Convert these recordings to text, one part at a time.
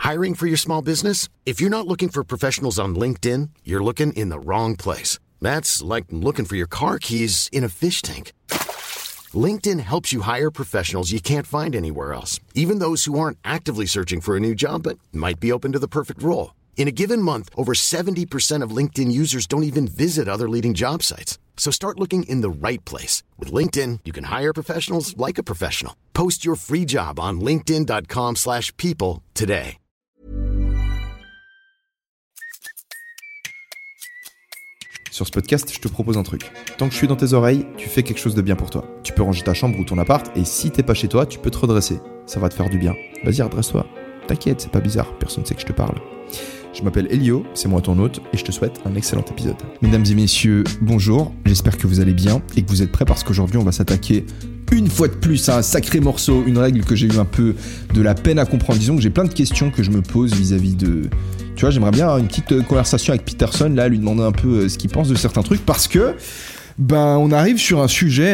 Hiring for your small business? If you're not looking for professionals on LinkedIn, you're looking in the wrong place. That's like looking for your car keys in a fish tank. LinkedIn helps you hire professionals you can't find anywhere else, even those who aren't actively searching for a new job but might be open to the perfect role. In a given month, over 70% of LinkedIn users don't even visit other leading job sites. So start looking in the right place. With LinkedIn, you can hire professionals like a professional. Post your free job on linkedin.com/people today. Sur ce podcast, je te propose un truc. Tant que je suis dans tes oreilles, tu fais quelque chose de bien pour toi. Tu peux ranger ta chambre ou ton appart, et si t'es pas chez toi, tu peux te redresser. Ça va te faire du bien. Vas-y, redresse-toi. T'inquiète, c'est pas bizarre, personne sait que je te parle. Je m'appelle Elio, c'est moi ton hôte, et je te souhaite un excellent épisode. Mesdames et messieurs, bonjour, j'espère que vous allez bien, et que vous êtes prêts parce qu'aujourd'hui on va s'attaquer une fois de plus à un sacré morceau, une règle que j'ai eu un peu de la peine à comprendre. Disons que j'ai plein de questions que je me pose vis-à-vis de... Tu vois, j'aimerais bien avoir une petite conversation avec Peterson, là, lui demander un peu ce qu'il pense de certains trucs, parce que, on arrive sur un sujet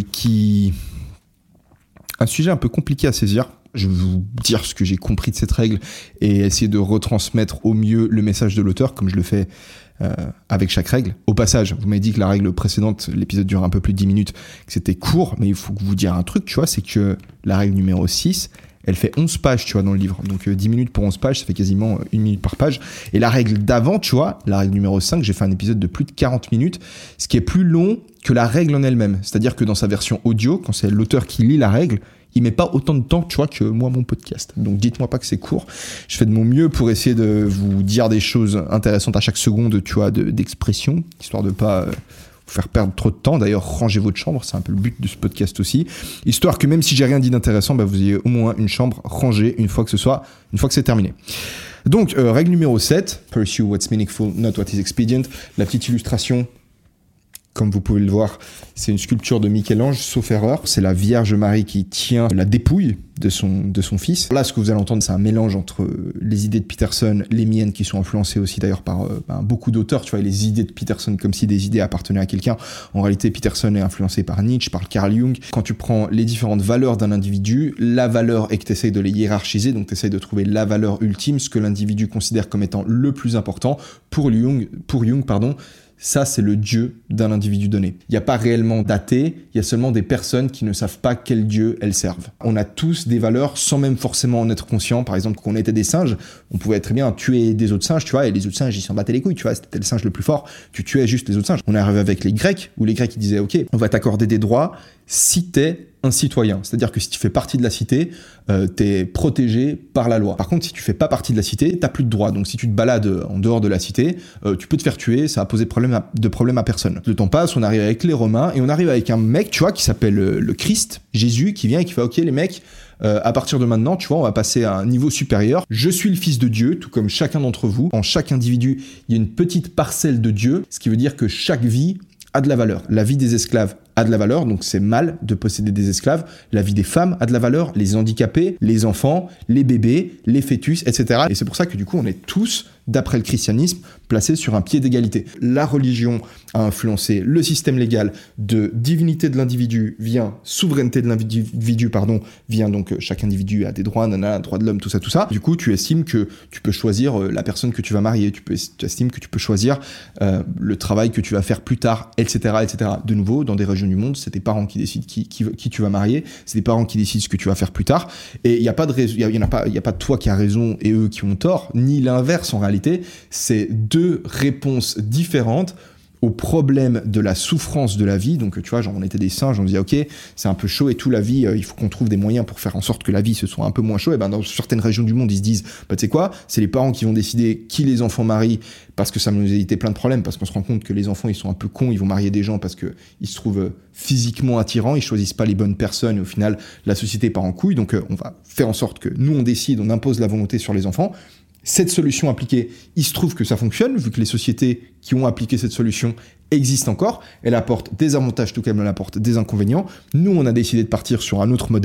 un sujet un peu compliqué à saisir. Je vais vous dire ce que j'ai compris de cette règle et essayer de retransmettre au mieux le message de l'auteur, comme je le fais avec chaque règle. Au passage, vous m'avez dit que la règle précédente, l'épisode dure un peu plus de 10 minutes, que c'était court, mais il faut vous dire un truc, tu vois, c'est que la règle numéro 6... elle fait 11 pages, tu vois, dans le livre. Donc 10 minutes pour 11 pages, ça fait quasiment 1 minute par page. Et la règle d'avant, tu vois, la règle numéro 5, j'ai fait un épisode de plus de 40 minutes, ce qui est plus long que la règle en elle-même. C'est-à-dire que dans sa version audio, quand c'est l'auteur qui lit la règle, il met pas autant de temps, tu vois, que moi, mon podcast. Donc dites-moi pas que c'est court. Je fais de mon mieux pour essayer de vous dire des choses intéressantes à chaque seconde, tu vois, d'expression, histoire de pas... vous faire perdre trop de temps. D'ailleurs, rangez votre chambre, c'est un peu le but de ce podcast aussi, histoire que même si j'ai rien dit d'intéressant, vous ayez au moins une chambre rangée une fois que c'est terminé. Donc, règle numéro 7, pursue what's meaningful, not what is expedient. La petite illustration, comme vous pouvez le voir, c'est une sculpture de Michel-Ange, sauf erreur. C'est la Vierge Marie qui tient la dépouille de son fils. Là, ce que vous allez entendre, c'est un mélange entre les idées de Peterson, les miennes qui sont influencées aussi d'ailleurs par beaucoup d'auteurs, tu vois, et les idées de Peterson comme si des idées appartenaient à quelqu'un. En réalité, Peterson est influencé par Nietzsche, par Carl Jung. Quand tu prends les différentes valeurs d'un individu, la valeur est que tu essayes de les hiérarchiser, donc tu essayes de trouver la valeur ultime, ce que l'individu considère comme étant le plus important. Pour Jung, ça, c'est le Dieu d'un individu donné. Il n'y a pas réellement d'athées, il y a seulement des personnes qui ne savent pas quel Dieu elles servent. On a tous des valeurs sans même forcément en être conscient. Par exemple, quand on était des singes, on pouvait très bien tuer des autres singes, tu vois, et les autres singes, ils s'en battaient les couilles, tu vois, c'était le singe le plus fort, tu tuais juste les autres singes. On est arrivé avec les Grecs, où les Grecs, ils disaient, ok, on va t'accorder des droits si t'es un citoyen. C'est-à-dire que si tu fais partie de la cité, t'es protégé par la loi. Par contre, si tu fais pas partie de la cité, t'as plus de droits. Donc si tu te balades en dehors de la cité, tu peux te faire tuer, ça va poser de problème à personne. Le temps passe, on arrive avec les Romains, et on arrive avec un mec, tu vois, qui s'appelle le Christ, Jésus, qui vient et qui fait, ok les mecs, à partir de maintenant, tu vois, on va passer à un niveau supérieur. Je suis le fils de Dieu, tout comme chacun d'entre vous. En chaque individu, il y a une petite parcelle de Dieu, ce qui veut dire que chaque vie a de la valeur. La vie des esclaves a de la valeur, donc c'est mal de posséder des esclaves. La vie des femmes a de la valeur, les handicapés, les enfants, les bébés, les fœtus, etc. Et c'est pour ça que du coup, on est tous, d'après le christianisme, placés sur un pied d'égalité. La religion a influencé le système légal de divinité de l'individu, vient souveraineté de l'individu, vient donc chaque individu a des droits, droits de l'homme, tout ça. Du coup, tu estimes que tu peux choisir la personne que tu vas marier, tu estimes que tu peux choisir le travail que tu vas faire plus tard, etc., etc. De nouveau, dans des régions du monde, c'est tes parents qui décident qui tu vas marier, c'est tes parents qui décident ce que tu vas faire plus tard, et il y a pas de toi qui a raison et eux qui ont tort, ni l'inverse en réalité. C'est deux réponses différentes au problème de la souffrance de la vie. Donc tu vois, genre on était des singes, on disait ok, c'est un peu chaud et tout la vie, il faut qu'on trouve des moyens pour faire en sorte que la vie se soit un peu moins chaud. Et dans certaines régions du monde, ils se disent tu sais quoi, c'est les parents qui vont décider qui les enfants marient, parce que ça nous évite plein de problèmes, parce qu'on se rend compte que les enfants ils sont un peu cons, ils vont marier des gens parce que ils se trouvent physiquement attirants, ils choisissent pas les bonnes personnes et au final la société part en couille. Donc on va faire en sorte que nous on décide, on impose la volonté sur les enfants. Cette solution appliquée, il se trouve que ça fonctionne, vu que les sociétés qui ont appliqué cette solution existent encore. Elle apporte des avantages tout comme elle apporte des inconvénients. Nous, on a décidé de partir sur un autre modèle.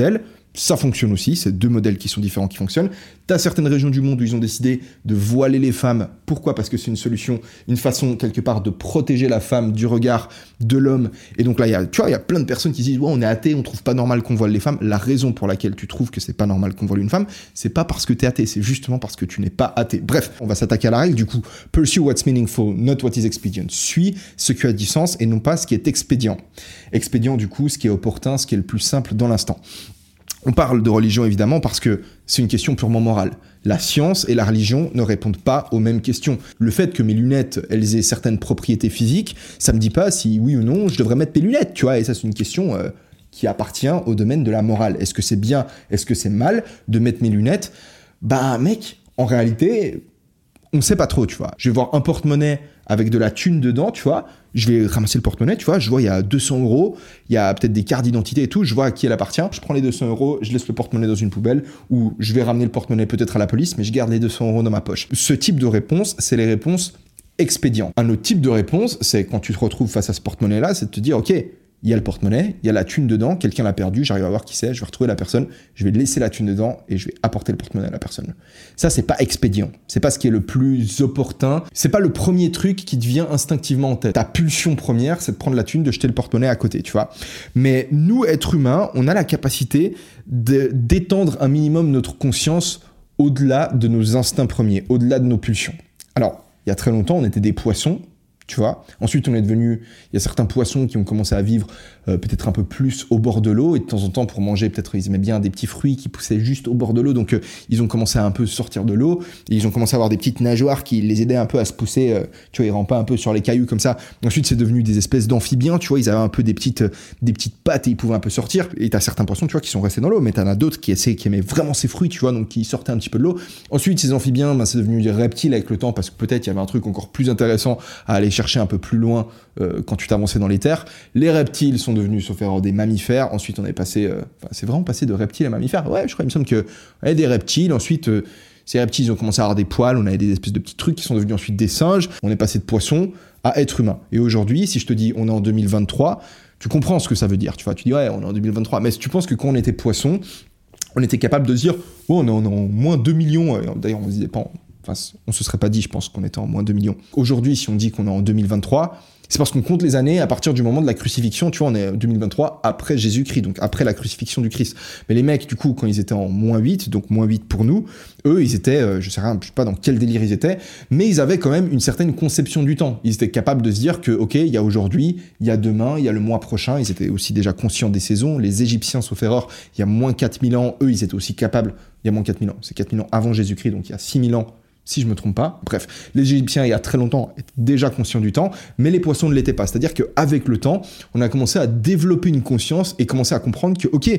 Ça fonctionne aussi, c'est 2 modèles qui sont différents qui fonctionnent. T'as certaines régions du monde où ils ont décidé de voiler les femmes. Pourquoi ? Parce que c'est une solution, une façon quelque part de protéger la femme du regard de l'homme. Et donc là, il y a plein de personnes qui disent ouais, on est athée, on trouve pas normal qu'on voile les femmes. La raison pour laquelle tu trouves que c'est pas normal qu'on voile une femme, c'est pas parce que t'es athée, c'est justement parce que tu n'es pas athée. Bref, on va s'attaquer à la règle du coup. Pursue what's meaningful, not what is expedient. Suis ce qui a du sens et non pas ce qui est expédient. Expédient du coup, ce qui est opportun, ce qui est le plus simple dans l'instant. On parle de religion évidemment parce que c'est une question purement morale. La science et la religion ne répondent pas aux mêmes questions. Le fait que mes lunettes, elles aient certaines propriétés physiques, ça me dit pas si oui ou non je devrais mettre mes lunettes, tu vois. Et ça c'est une question qui appartient au domaine de la morale. Est-ce que c'est bien, est-ce que c'est mal de mettre mes lunettes ? Bah mec, en réalité, on sait pas trop, tu vois. Je vais voir un porte-monnaie avec de la thune dedans, tu vois. Je vais ramasser le porte-monnaie, tu vois. Je vois, il y a 200 €, il y a peut-être des cartes d'identité et tout. Je vois à qui elle appartient. Je prends les 200 €, je laisse le porte-monnaie dans une poubelle ou je vais ramener le porte-monnaie peut-être à la police, mais je garde les 200 € dans ma poche. Ce type de réponse, c'est les réponses expédientes. Un autre type de réponse, c'est quand tu te retrouves face à ce porte-monnaie-là, c'est de te dire, ok, il y a le porte-monnaie, il y a la thune dedans, quelqu'un l'a perdu, j'arrive à voir qui c'est, je vais retrouver la personne, je vais laisser la thune dedans et je vais apporter le porte-monnaie à la personne. Ça, c'est pas expédient. C'est pas ce qui est le plus opportun. C'est pas le premier truc qui te vient instinctivement en tête. Ta pulsion première, c'est de prendre la thune, de jeter le porte-monnaie à côté, tu vois. Mais nous, êtres humains, on a la capacité d'étendre un minimum notre conscience au-delà de nos instincts premiers, au-delà de nos pulsions. Alors, il y a très longtemps, on était des poissons, tu vois. Ensuite, il y a certains poissons qui ont commencé à vivre peut-être un peu plus au bord de l'eau, et de temps en temps, pour manger, peut-être ils aimaient bien des petits fruits qui poussaient juste au bord de l'eau, donc ils ont commencé à un peu sortir de l'eau, et ils ont commencé à avoir des petites nageoires qui les aidaient un peu à se pousser, tu vois, ils rampaient un peu sur les cailloux comme ça. Ensuite, c'est devenu des espèces d'amphibiens, tu vois, ils avaient un peu des petites pattes et ils pouvaient un peu sortir, et t'as certains poissons, tu vois, qui sont restés dans l'eau, mais t'en as d'autres qui aimaient vraiment ces fruits, tu vois, donc qui sortaient un petit peu de l'eau. Ensuite, ces amphibiens, c'est devenu des reptiles avec le temps, parce que peut-être il y avait un truc encore plus intéressant à aller chercher un peu plus loin quand tu t'avançais dans les terres. Les reptiles sont devenus, sauf erreur, des mammifères. Ensuite, on est passé... c'est vraiment passé de reptiles à mammifères. Ouais, je crois, il me semble que... Ouais, des reptiles. Ensuite, ces reptiles, ils ont commencé à avoir des poils. On avait des espèces de petits trucs qui sont devenus ensuite des singes. On est passé de poissons à être humain. Et aujourd'hui, si je te dis on est en 2023, tu comprends ce que ça veut dire. Tu vois, tu dis ouais, on est en 2023. Mais si tu penses que quand on était poisson, on était capable de se dire oh, on est en moins 2 millions. D'ailleurs, on se disait pas... Enfin, on se serait pas dit, je pense, qu'on était en moins 2 millions. Aujourd'hui, si on dit qu'on est en 2023, c'est parce qu'on compte les années à partir du moment de la crucifixion. Tu vois, on est en 2023 après Jésus-Christ, donc après la crucifixion du Christ. Mais les mecs, du coup, quand ils étaient en moins 8, donc moins 8 pour nous, eux, ils étaient, je sais pas dans quel délire ils étaient, mais ils avaient quand même une certaine conception du temps. Ils étaient capables de se dire que, ok, il y a aujourd'hui, il y a demain, il y a le mois prochain. Ils étaient aussi déjà conscients des saisons. Les Égyptiens, sauf erreur, il y a moins 4000 ans, eux, ils étaient aussi capables. Il y a moins 4000 ans. C'est 4000 ans avant Jésus-Christ, donc il y a 6000 ans. Si je me trompe pas. Bref, les Égyptiens, il y a très longtemps, étaient déjà conscients du temps, mais les poissons ne l'étaient pas. C'est-à-dire qu'avec le temps, on a commencé à développer une conscience et commencer à comprendre que, ok,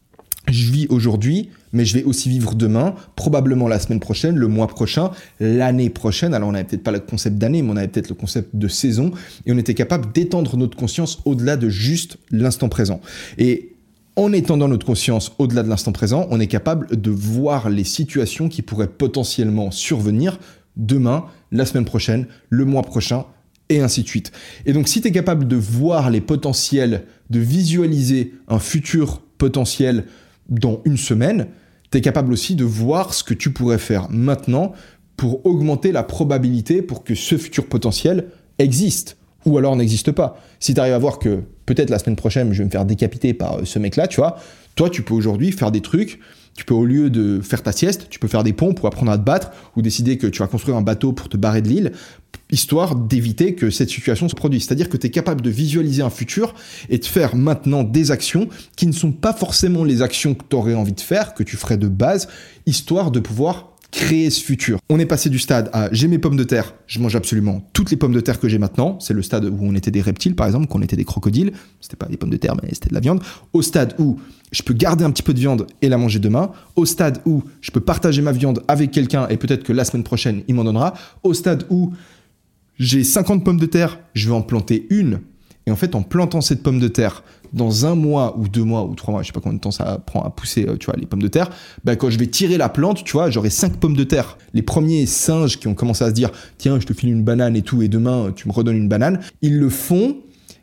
je vis aujourd'hui, mais je vais aussi vivre demain, probablement la semaine prochaine, le mois prochain, l'année prochaine. Alors, on n'avait peut-être pas le concept d'année, mais on avait peut-être le concept de saison, et on était capable d'étendre notre conscience au-delà de juste l'instant présent. Et en étendant notre conscience au-delà de l'instant présent, on est capable de voir les situations qui pourraient potentiellement survenir demain, la semaine prochaine, le mois prochain, et ainsi de suite. Et donc, si tu es capable de voir les potentiels, de visualiser un futur potentiel dans une semaine, tu es capable aussi de voir ce que tu pourrais faire maintenant pour augmenter la probabilité pour que ce futur potentiel existe. Ou alors n'existe pas. Si tu arrives à voir que peut-être la semaine prochaine, je vais me faire décapiter par ce mec-là, tu vois, toi, tu peux aujourd'hui faire des trucs, tu peux au lieu de faire ta sieste, tu peux faire des ponts pour apprendre à te battre, ou décider que tu vas construire un bateau pour te barrer de l'île, histoire d'éviter que cette situation se produise. C'est-à-dire que tu es capable de visualiser un futur et de faire maintenant des actions qui ne sont pas forcément les actions que tu aurais envie de faire, que tu ferais de base, histoire de pouvoir créer ce futur. On est passé du stade à j'ai mes pommes de terre, je mange absolument toutes les pommes de terre que j'ai maintenant, c'est le stade où on était des reptiles par exemple, qu'on était des crocodiles, c'était pas des pommes de terre mais c'était de la viande, au stade où je peux garder un petit peu de viande et la manger demain, au stade où je peux partager ma viande avec quelqu'un et peut-être que la semaine prochaine il m'en donnera, au stade où j'ai 50 pommes de terre, je vais en planter une, et en fait en plantant cette pomme de terre dans 1 mois ou 2 mois ou 3 mois, je sais pas combien de temps ça prend à pousser, tu vois, les pommes de terre, bah, quand je vais tirer la plante, tu vois, j'aurai 5 pommes de terre. Les premiers singes qui ont commencé à se dire, tiens, je te file une banane et tout, et demain, tu me redonnes une banane, ils le font,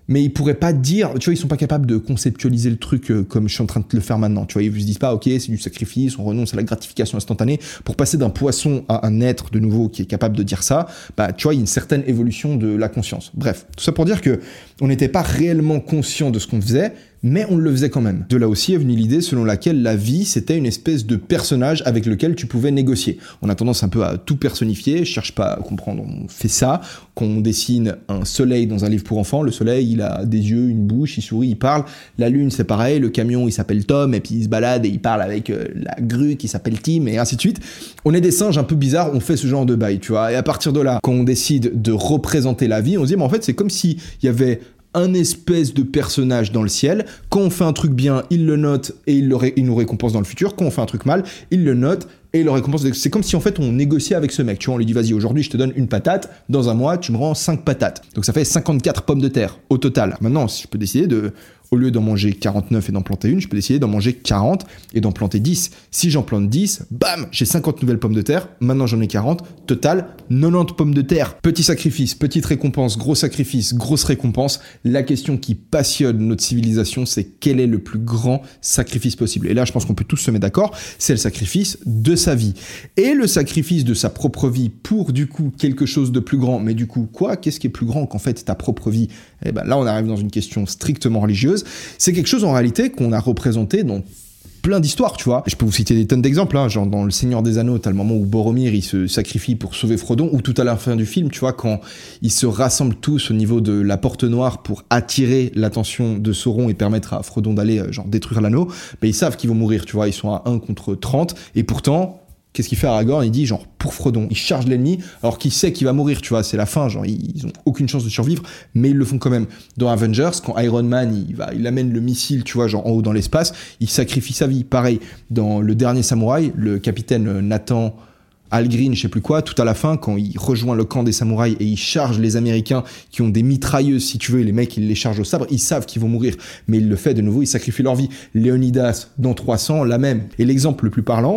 mais ils pourraient pas dire, tu vois, ils sont pas capables de conceptualiser le truc comme je suis en train de le faire maintenant, tu vois, ils se disent pas, ok, c'est du sacrifice, on renonce à la gratification instantanée, pour passer d'un poisson à un être de nouveau qui est capable de dire ça, bah, tu vois, il y a une certaine évolution de la conscience. Bref, tout ça pour dire que on n'était pas réellement conscient de ce qu'on faisait, mais on le faisait quand même. De là aussi est venue l'idée selon laquelle la vie, c'était une espèce de personnage avec lequel tu pouvais négocier. On a tendance un peu à tout personnifier, je cherche pas à comprendre, on fait ça, qu'on dessine un soleil dans un livre pour enfants, le soleil, il a des yeux, une bouche, il sourit, il parle, la lune, c'est pareil, le camion, il s'appelle Tom, et puis il se balade et il parle avec la grue qui s'appelle Tim, et ainsi de suite. On est des singes un peu bizarres, on fait ce genre de bail, tu vois, et à partir de là, quand on décide de représenter la vie, on se dit, mais en fait, c'est comme s'il y avait un espèce de personnage dans le ciel. Quand on fait un truc bien, il le note et il nous récompense dans le futur. Quand on fait un truc mal, il le note et il le récompense. C'est comme si en fait on négociait avec ce mec. Tu vois, on lui dit vas-y, aujourd'hui je te donne une patate, dans un mois tu me rends 5 patates. Donc ça fait 54 pommes de terre au total. Maintenant, si je peux décider au lieu d'en manger 49 et d'en planter une, je peux décider d'en manger 40 et d'en planter 10. Si j'en plante 10, bam, j'ai 50 nouvelles pommes de terre. Maintenant, j'en ai 40. Total, 90 pommes de terre. Petit sacrifice, petite récompense, gros sacrifice, grosse récompense. La question qui passionne notre civilisation, c'est quel est le plus grand sacrifice possible. Et là, je pense qu'on peut tous se mettre d'accord. C'est le sacrifice de sa vie. Et le sacrifice de sa propre vie pour, du coup, quelque chose de plus grand. Mais du coup, quoi ? Qu'est-ce qui est plus grand qu'en fait ta propre vie ? Eh ben là, on arrive dans une question strictement religieuse. C'est quelque chose en réalité qu'on a représenté dans plein d'histoires, tu vois. Je peux vous citer des tonnes d'exemples, hein, genre dans Le Seigneur des Anneaux, t'as le moment où Boromir, il se sacrifie pour sauver Frodon, ou tout à la fin du film, tu vois, quand ils se rassemblent tous au niveau de la Porte Noire pour attirer l'attention de Sauron et permettre à Frodon d'aller, genre, détruire l'anneau, ben ils savent qu'ils vont mourir, tu vois, ils sont à 1 contre 30, et pourtant... Qu'est-ce qu'il fait Aragorn ? Il dit genre pour Frodon, il charge l'ennemi alors qu'il sait qu'il va mourir, tu vois, c'est la fin, genre ils ont aucune chance de survivre, mais ils le font quand même. Dans Avengers, quand Iron Man il amène le missile, tu vois, genre en haut dans l'espace, il sacrifie sa vie. Pareil, dans Le Dernier Samouraï, le capitaine Nathan Algren, je sais plus quoi, tout à la fin, quand il rejoint le camp des samouraïs et il charge les Américains qui ont des mitrailleuses, si tu veux, et les mecs, ils les chargent au sabre, ils savent qu'ils vont mourir, mais il le fait de nouveau, il sacrifie leur vie. Léonidas, dans 300, la même. Et l'exemple le plus parlant,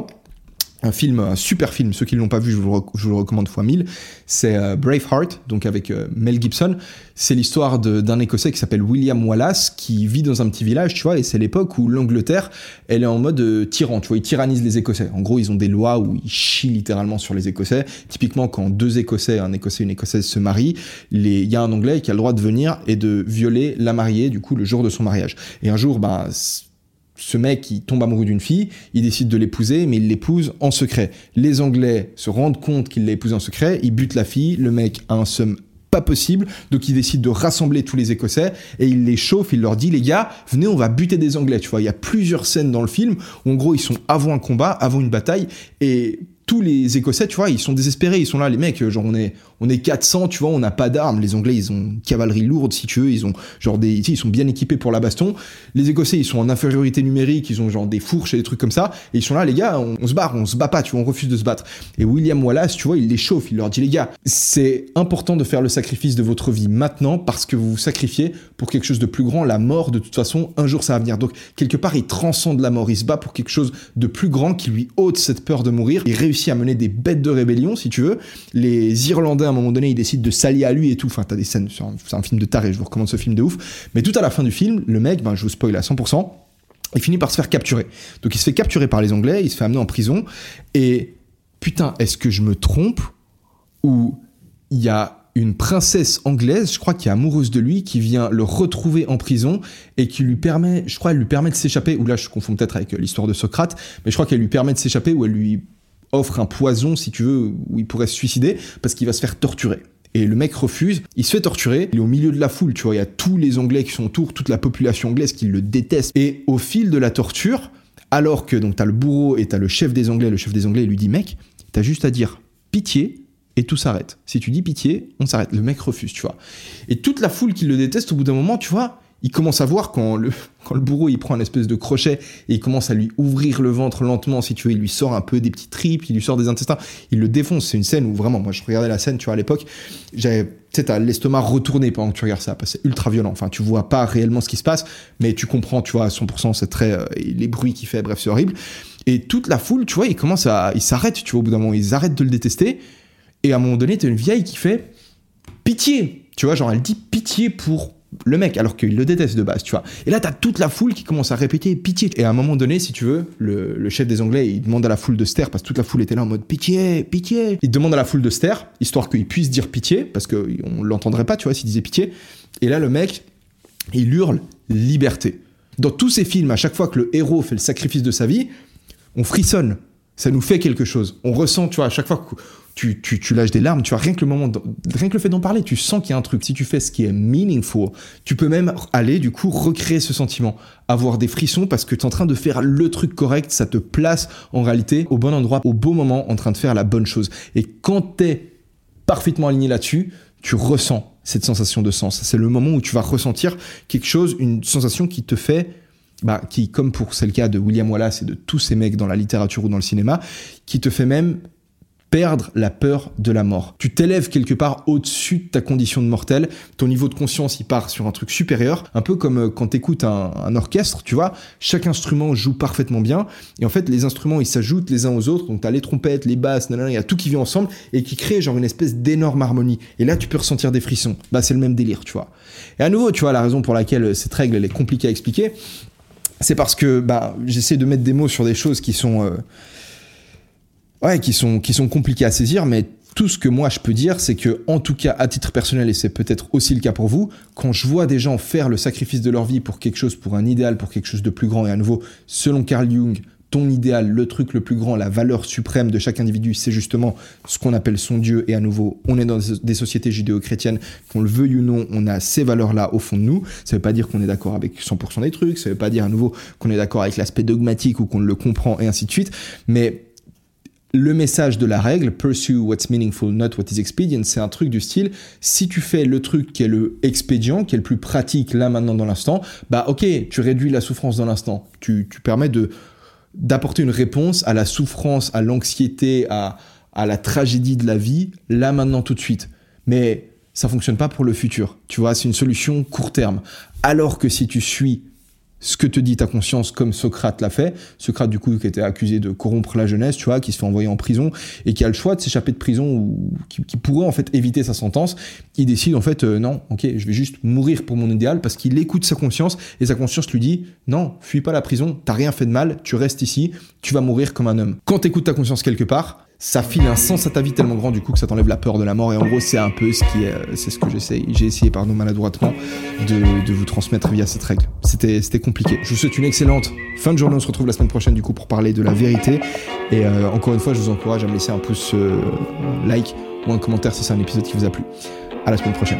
un super film, ceux qui ne l'ont pas vu, je vous le recommande fois 1000, c'est Braveheart, donc avec Mel Gibson. C'est l'histoire d'un Écossais qui s'appelle William Wallace, qui vit dans un petit village, tu vois, et c'est l'époque où l'Angleterre, elle est en mode tyran, tu vois, ils tyrannisent les Écossais. En gros, ils ont des lois où ils chient littéralement sur les Écossais. Typiquement, quand deux Écossais, un Écossais et une Écossaise se marient, il y a un Anglais qui a le droit de venir et de violer la mariée, du coup, le jour de son mariage. Et un jour, ce mec, il tombe amoureux d'une fille, il décide de l'épouser, mais il l'épouse en secret. Les Anglais se rendent compte qu'il l'a épousée en secret, ils butent la fille, le mec a un seum pas possible, donc il décide de rassembler tous les Écossais, et il les chauffe, il leur dit, les gars, venez, on va buter des Anglais, tu vois. Il y a plusieurs scènes dans le film, où en gros, ils sont avant un combat, avant une bataille, et... tous les Écossais, tu vois, ils sont désespérés, ils sont là, les mecs, genre on est 400, tu vois, on n'a pas d'armes. Les Anglais, ils ont une cavalerie lourde, si tu veux, ils ont genre ils sont bien équipés pour la baston. Les Écossais, ils sont en infériorité numérique, ils ont genre des fourches et des trucs comme ça, et ils sont là, les gars, on se barre, on se bat pas, tu vois, on refuse de se battre. Et William Wallace, tu vois, il les chauffe, il leur dit, les gars, c'est important de faire le sacrifice de votre vie maintenant, parce que vous vous sacrifiez pour quelque chose de plus grand. La mort, de toute façon, un jour ça va venir. Donc, quelque part, il transcende la mort, il se bat pour quelque chose de plus grand qui lui ôte cette peur de mourir. Il réussit à mener des bêtes de rébellion, si tu veux. Les Irlandais, à un moment donné, ils décident de s'allier à lui et tout. Enfin, t'as des scènes, c'est un film de taré, je vous recommande ce film de ouf. Mais tout à la fin du film, le mec, je vous spoil à 100%, il finit par se faire capturer. Donc il se fait capturer par les Anglais, il se fait amener en prison, et putain, est-ce que je me trompe, ou il y a une princesse anglaise, je crois, qui est amoureuse de lui, qui vient le retrouver en prison et qui lui permet, je crois, elle lui permet de s'échapper, ou là je confonds peut-être avec l'histoire de Socrate, mais je crois qu'elle lui permet de s'échapper, ou elle lui offre un poison, si tu veux, où il pourrait se suicider, parce qu'il va se faire torturer. Et le mec refuse, il se fait torturer, il est au milieu de la foule, tu vois, il y a tous les Anglais qui sont autour, toute la population anglaise qui le déteste. Et au fil de la torture, alors que donc t'as le bourreau et t'as le chef des Anglais lui dit, mec, t'as juste à dire pitié, et tout s'arrête. Si tu dis pitié, on s'arrête. Le mec refuse, tu vois. Et toute la foule qui le déteste, au bout d'un moment, tu vois, il commence à voir quand le bourreau, il prend un espèce de crochet et il commence à lui ouvrir le ventre lentement, si tu veux, il lui sort un peu des petits tripes, il lui sort des intestins, il le défonce. C'est une scène où vraiment, moi je regardais la scène, tu vois, à l'époque, t'as l'estomac retourné pendant que tu regardes ça, parce que c'est ultra violent. Enfin, tu vois pas réellement ce qui se passe, mais tu comprends, tu vois, à 100%, c'est très, les bruits qu'il fait, bref, c'est horrible. Et toute la foule, tu vois, ils s'arrêtent, tu vois, au bout d'un moment, ils arrêtent de le détester. Et à un moment donné, t'as une vieille qui fait pitié, tu vois, genre elle dit pitié pour le mec, alors qu'il le déteste de base, tu vois. Et là, t'as toute la foule qui commence à répéter pitié. Et à un moment donné, si tu veux, le chef des Anglais, il demande à la foule de se taire, parce que toute la foule était là en mode pitié, pitié. Il demande à la foule de se taire, histoire qu'il puisse dire pitié, parce qu'on l'entendrait pas, tu vois, s'il disait pitié. Et là, le mec, il hurle liberté. Dans tous ces films, à chaque fois que le héros fait le sacrifice de sa vie, on frissonne. Ça nous fait quelque chose. On ressent, tu vois, à chaque fois que tu lâches des larmes, tu vois, rien que le fait d'en parler, tu sens qu'il y a un truc. Si tu fais ce qui est meaningful, tu peux même aller, du coup, recréer ce sentiment. Avoir des frissons parce que tu es en train de faire le truc correct, ça te place, en réalité, au bon endroit, au bon moment, en train de faire la bonne chose. Et quand tu es parfaitement aligné là-dessus, tu ressens cette sensation de sens. C'est le moment où tu vas ressentir quelque chose, une sensation qui te fait... qui, comme c'est le cas de William Wallace et de tous ces mecs dans la littérature ou dans le cinéma, qui te fait même perdre la peur de la mort. Tu t'élèves quelque part au-dessus de ta condition de mortel, ton niveau de conscience, il part sur un truc supérieur, un peu comme quand t'écoutes un orchestre, tu vois, chaque instrument joue parfaitement bien, et en fait, les instruments, ils s'ajoutent les uns aux autres, donc t'as les trompettes, les basses, il y a tout qui vient ensemble, et qui crée genre une espèce d'énorme harmonie. Et là, tu peux ressentir des frissons. C'est le même délire, tu vois. Et à nouveau, tu vois, la raison pour laquelle cette règle, elle est compliquée à expliquer, c'est parce que j'essaie de mettre des mots sur des choses qui sont qui sont compliquées à saisir, mais tout ce que moi je peux dire, c'est que, en tout cas, à titre personnel, et c'est peut-être aussi le cas pour vous, quand je vois des gens faire le sacrifice de leur vie pour quelque chose, pour un idéal, pour quelque chose de plus grand, et à nouveau, selon Carl Jung, ton idéal, le truc le plus grand, la valeur suprême de chaque individu, c'est justement ce qu'on appelle son Dieu. Et à nouveau, on est dans des sociétés judéo-chrétiennes, qu'on le veuille ou non, on a ces valeurs-là au fond de nous. Ça veut pas dire qu'on est d'accord avec 100% des trucs, ça veut pas dire à nouveau qu'on est d'accord avec l'aspect dogmatique ou qu'on le comprend et ainsi de suite. Mais le message de la règle, pursue what's meaningful, not what is expedient, c'est un truc du style, si tu fais le truc qui est le expédient, qui est le plus pratique là, maintenant, dans l'instant, ok, tu réduis la souffrance dans l'instant. Tu permets d'apporter une réponse à la souffrance, à l'anxiété, à la tragédie de la vie, là, maintenant, tout de suite. Mais ça fonctionne pas pour le futur. Tu vois, c'est une solution court terme. Alors que si tu suis ce que te dit ta conscience, comme Socrate l'a fait, Socrate, du coup, qui était accusé de corrompre la jeunesse, tu vois, qui se fait envoyer en prison et qui a le choix de s'échapper de prison ou qui pourrait, en fait, éviter sa sentence, il décide, en fait, non, ok, je vais juste mourir pour mon idéal parce qu'il écoute sa conscience et sa conscience lui dit, non, fuis pas la prison, t'as rien fait de mal, tu restes ici, tu vas mourir comme un homme. Quand t'écoutes ta conscience quelque part, ça file un sens à ta vie tellement grand, du coup, que ça t'enlève la peur de la mort. Et en gros, c'est un peu c'est ce que j'ai essayé, maladroitement, de vous transmettre via cette règle. C'était compliqué. Je vous souhaite une excellente fin de journée. On se retrouve la semaine prochaine, du coup, pour parler de la vérité. Et encore une fois, je vous encourage à me laisser un pouce like ou un commentaire si c'est un épisode qui vous a plu. À la semaine prochaine.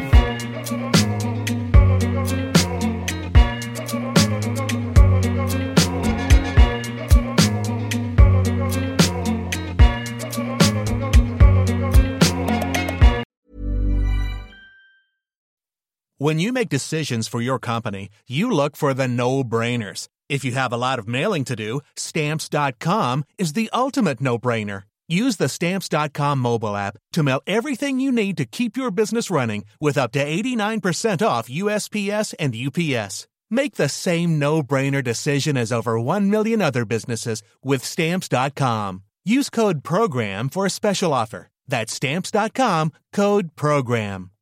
When you make decisions for your company, you look for the no-brainers. If you have a lot of mailing to do, Stamps.com is the ultimate no-brainer. Use the Stamps.com mobile app to mail everything you need to keep your business running with up to 89% off USPS and UPS. Make the same no-brainer decision as over 1 million other businesses with Stamps.com. Use code PROGRAM for a special offer. That's Stamps.com, code PROGRAM.